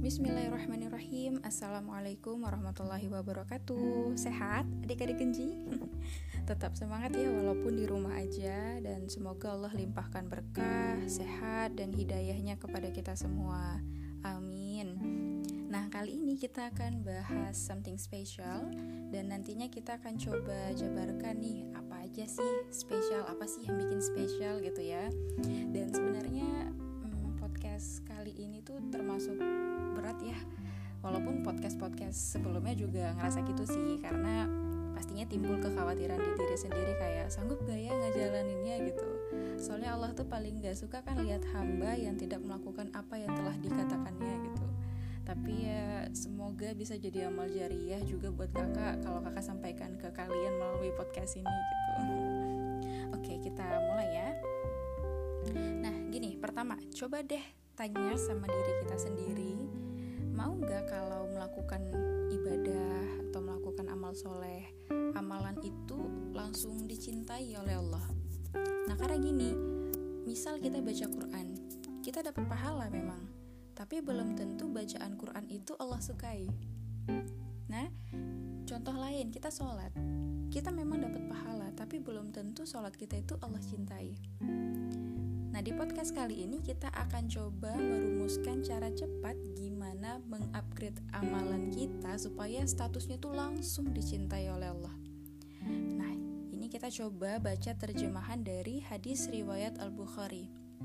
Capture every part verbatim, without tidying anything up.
Bismillahirrahmanirrahim. Assalamualaikum warahmatullahi wabarakatuh. Sehat adik-adik Genji? Tetap semangat ya walaupun di rumah aja. Dan semoga Allah limpahkan berkah, sehat, dan hidayahnya kepada kita semua. Amin. Nah, kali ini kita akan bahas something special. Dan nantinya kita akan coba jabarkan nih, apa aja sih spesial, apa sih yang bikin spesial gitu ya. Dan sebenarnya hmm, podcast kali ini tuh termasuk berat ya, walaupun podcast-podcast sebelumnya juga ngerasa gitu sih, karena pastinya timbul kekhawatiran di diri sendiri kayak sanggup gak ya ngejalaninnya gitu. Soalnya Allah tuh paling gak suka kan lihat hamba yang tidak melakukan apa yang telah dikatakannya gitu. Tapi ya semoga bisa jadi amal jariah juga buat kakak kalau kakak sampaikan ke kalian melalui podcast ini gitu. Oke, kita mulai ya. Nah gini, pertama coba deh tanya sama diri kita sendiri, mau gak kalau melakukan ibadah atau melakukan amal soleh, amalan itu langsung dicintai oleh Allah. Nah karena gini, misal kita baca Quran, kita dapat pahala memang, tapi belum tentu bacaan Quran itu Allah sukai. Nah contoh lain, kita sholat, kita memang dapat pahala, tapi belum tentu sholat kita itu Allah cintai. Nah di podcast kali ini kita akan coba merumuskan cara cepat gimana mengupgrade amalan kita supaya statusnya tuh langsung dicintai oleh Allah. Nah ini kita coba baca terjemahan dari hadis riwayat Al-Bukhari.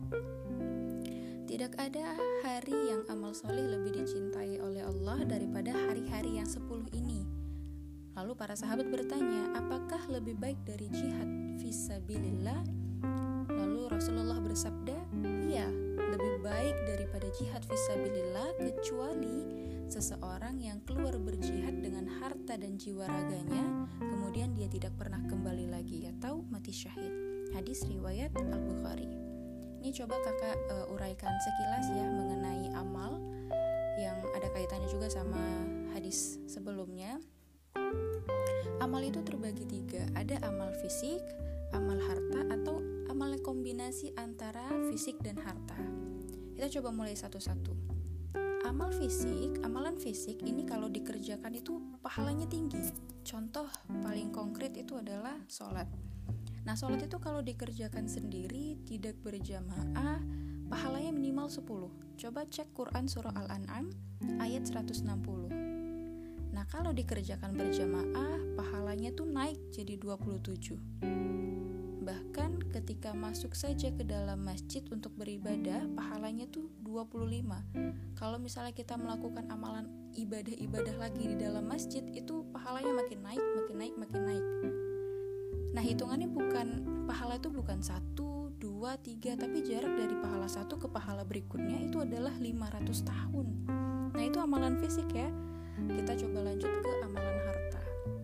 Tidak ada hari yang amal soleh lebih dicintai oleh Allah daripada hari-hari yang sepuluh ini. Lalu para sahabat bertanya, apakah lebih baik dari jihad fisabilillah? Lalu Rasulullah bersabda, iya, lebih baik daripada jihad fisabilillah kecuali seseorang yang keluar berjihad dengan harta dan jiwa raganya, kemudian dia tidak pernah kembali lagi atau mati syahid. Hadis riwayat Al-Bukhari. Ini coba kakak uh, uraikan sekilas ya mengenai amal yang ada kaitannya juga sama hadis sebelumnya. Amal itu terbagi tiga, ada amal fisik, amal harta, atau amal kombinasi antara fisik dan harta. Kita coba mulai satu-satu. Amal fisik, amalan fisik ini kalau dikerjakan itu pahalanya tinggi. Contoh paling konkret itu adalah sholat. Nah sholat itu kalau dikerjakan sendiri, tidak berjamaah, pahalanya minimal sepuluh. Coba cek Quran surah Al-An'am ayat seratus enam puluh. Nah kalau dikerjakan berjamaah, pahalanya tuh naik jadi dua puluh tujuh. Bahkan ketika masuk saja ke dalam masjid untuk beribadah, pahalanya tuh dua puluh lima. Kalau misalnya kita melakukan amalan ibadah-ibadah lagi di dalam masjid, itu pahalanya makin naik, makin naik, makin naik. Nah hitungannya bukan, pahala itu bukan satu, dua, tiga, tapi jarak dari pahala satu ke pahala berikutnya itu adalah lima ratus tahun. Nah itu amalan fisik ya. Kita coba lanjut ke amalan harta.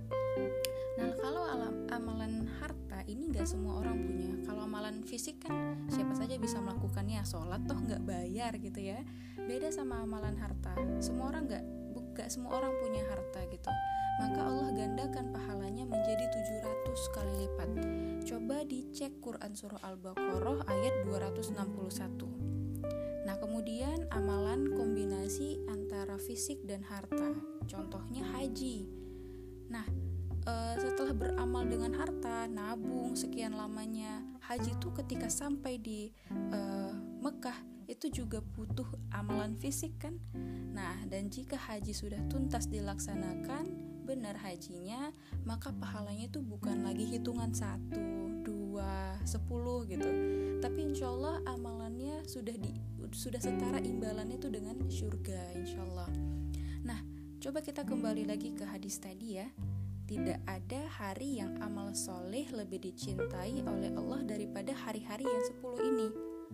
Nah kalau alam, amalan harta ini gak semua orang punya. Kalau amalan fisik kan siapa saja bisa melakukannya, sholat toh gak bayar gitu ya. Beda sama amalan harta, semua orang gak, gak semua orang punya harta gitu. Maka Allah gandakan pahalanya menjadi tujuh ratus kali lipat. Coba dicek Quran surah Al-Baqarah ayat dua ratus enam puluh satu. Nah kemudian amalan kombinasi antara fisik dan harta, contohnya haji. Nah e, setelah beramal dengan harta, nabung sekian lamanya, haji itu ketika sampai di e, Mekah itu juga butuh amalan fisik kan. Nah dan jika haji sudah tuntas dilaksanakan, benar hajinya, maka pahalanya itu bukan lagi hitungan satu, dua, sepuluh gitu, tapi insya Allah amalannya sudah di, sudah setara imbalannya itu dengan surga insya Allah. Nah coba kita kembali lagi ke hadis tadi ya. Tidak ada hari yang amal soleh lebih dicintai oleh Allah daripada hari-hari yang sepuluh ini.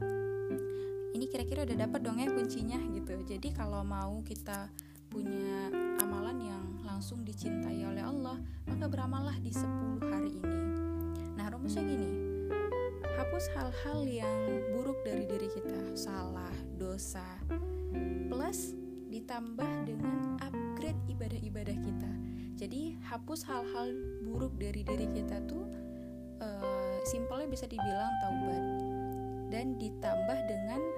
Ini kira-kira udah dapat dong ya kuncinya gitu. Jadi kalau mau kita punya amalan yang langsung dicintai oleh Allah, maka beramallah di sepuluh hari ini. Nah rumusnya gini, hapus hal-hal yang buruk dari diri kita, salah, dosa, plus ditambah dengan upgrade ibadah-ibadah kita. Jadi hapus hal-hal buruk dari diri kita tuh uh, simpelnya bisa dibilang taubat, dan ditambah dengan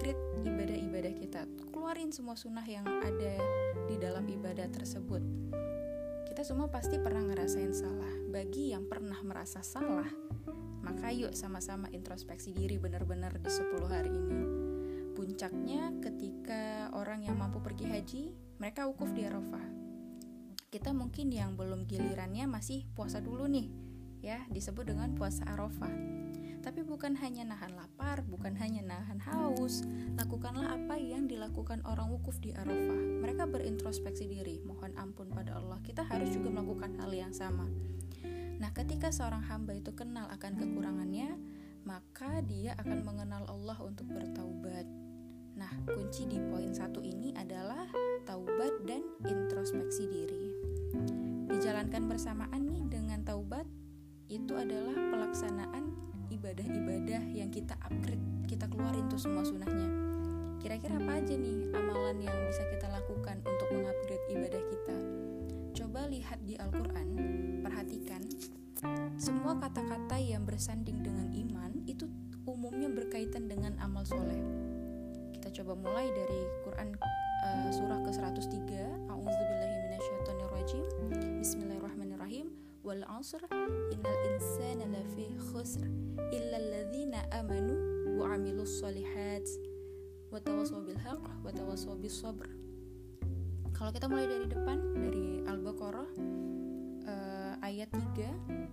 mengupgrade ibadah-ibadah kita. Keluarin semua sunnah yang ada di dalam ibadah tersebut. Kita semua pasti pernah ngerasain salah. Bagi yang pernah merasa salah, maka yuk sama-sama introspeksi diri benar-benar di sepuluh hari ini. Puncaknya ketika orang yang mampu pergi haji, mereka wukuf di Arafah. Kita mungkin yang belum gilirannya masih puasa dulu nih, ya, disebut dengan puasa Arafah. Tapi bukan hanya nahan lapar, bukan hanya nahan haus, lakukanlah apa yang dilakukan orang wukuf di Arafah. Mereka berintrospeksi diri, mohon ampun pada Allah. Kita harus juga melakukan hal yang sama. Nah, ketika seorang hamba itu kenal akan kekurangannya, maka dia akan mengenal Allah untuk bertaubat. Nah, kunci di poin satu ini adalah taubat dan introspeksi diri. Dijalankan bersamaan nih dengan taubat, itu adalah pelaksanaan ibadah-ibadah yang kita upgrade, kita keluarin tuh semua sunnahnya. Kira-kira apa aja nih amalan yang bisa kita lakukan untuk mengupgrade ibadah kita? Coba lihat di Al-Quran, perhatikan, semua kata-kata yang bersanding dengan iman itu umumnya berkaitan dengan amal soleh. Kita coba mulai dari Quran uh, surah ke seratus tiga, A'udzubillahi minasyaitonirrajim, Bismillahirrahmanirrahim. Wal 'asr innal insana lafi khusr illa alladzina amanu wa 'amilus shalihat wa tawassaw bil haqq wa tawassaw bis sabr. Kalau kita mulai dari depan, dari Al-Baqarah uh, ayat tiga,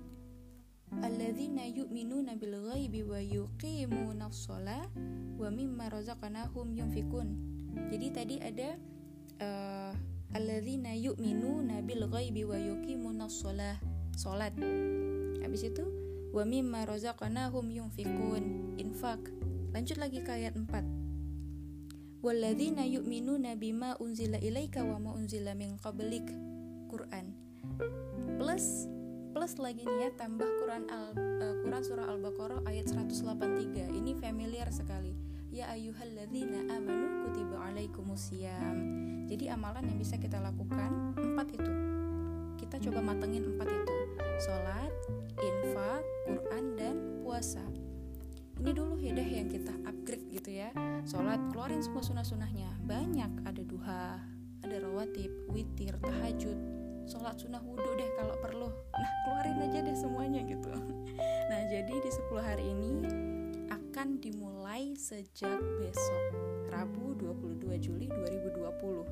alladzina yu'minuna bil ghaibi wa yuqimunas shalah wa mimma razaqnahum yunfikun. Jadi tadi ada uh, alladzina yu'minuna bil ghaibi wa yuqimunas shalah, salat. Habis itu wa mimma razaqnahum yunfikun, infak. Lanjut lagi ke ayat empat. Walladzina yu'minuna bima unzila ilaika wa ma unzila min qablik, Quran. Plus plus lagi nih ya, tambah Quran al uh, Quran surah Al-Baqarah ayat seratus delapan puluh tiga. Ini familiar sekali. Ya ayyuhalladzina amanu kutiba alaikumusiyam. Jadi amalan yang bisa kita lakukan empat itu. Kita coba matengin empat itu. Salat, infak, Quran, dan puasa. Ini dulu ya deh yang kita upgrade gitu ya. Salat, keluarin semua sunnah-sunnahnya. Banyak, ada duha, ada rawatib, witir, tahajud, salat sunnah wudu deh kalau perlu. Nah, keluarin aja deh semuanya gitu. Nah, jadi di sepuluh hari ini akan dimulai sejak besok, Rabu dua puluh dua Juli dua ribu dua puluh,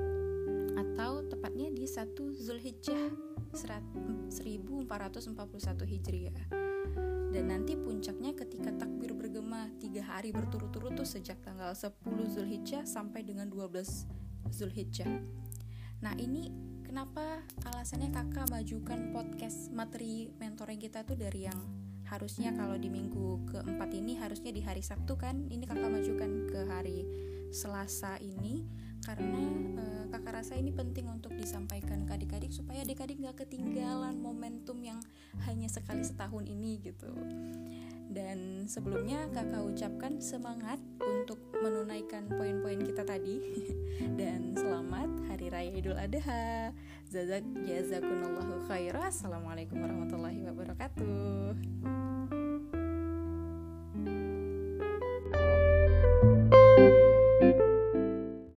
atau tepatnya di satu Zulhijjah seribu empat ratus empat puluh satu Hijriah. Dan nanti puncaknya ketika takbir bergema tiga hari berturut-turut tuh sejak tanggal sepuluh Zulhijjah sampai dengan dua belas Zulhijjah. Nah, ini kenapa alasannya kakak majukan podcast materi mentoring kita tuh dari yang harusnya kalau di minggu keempat ini harusnya di hari Sabtu kan, ini kakak majukan ke hari Selasa ini karena e, kakak rasa ini penting untuk disampaikan ke adik-adik supaya adik-adik gak ketinggalan momentum yang hanya sekali setahun ini gitu. Dan sebelumnya kakak ucapkan semangat untuk menunaikan poin-poin kita tadi dan selamat Hari Raya Idul Adha. Jazakumullahu khairan. Assalamualaikum warahmatullahi wabarakatuh.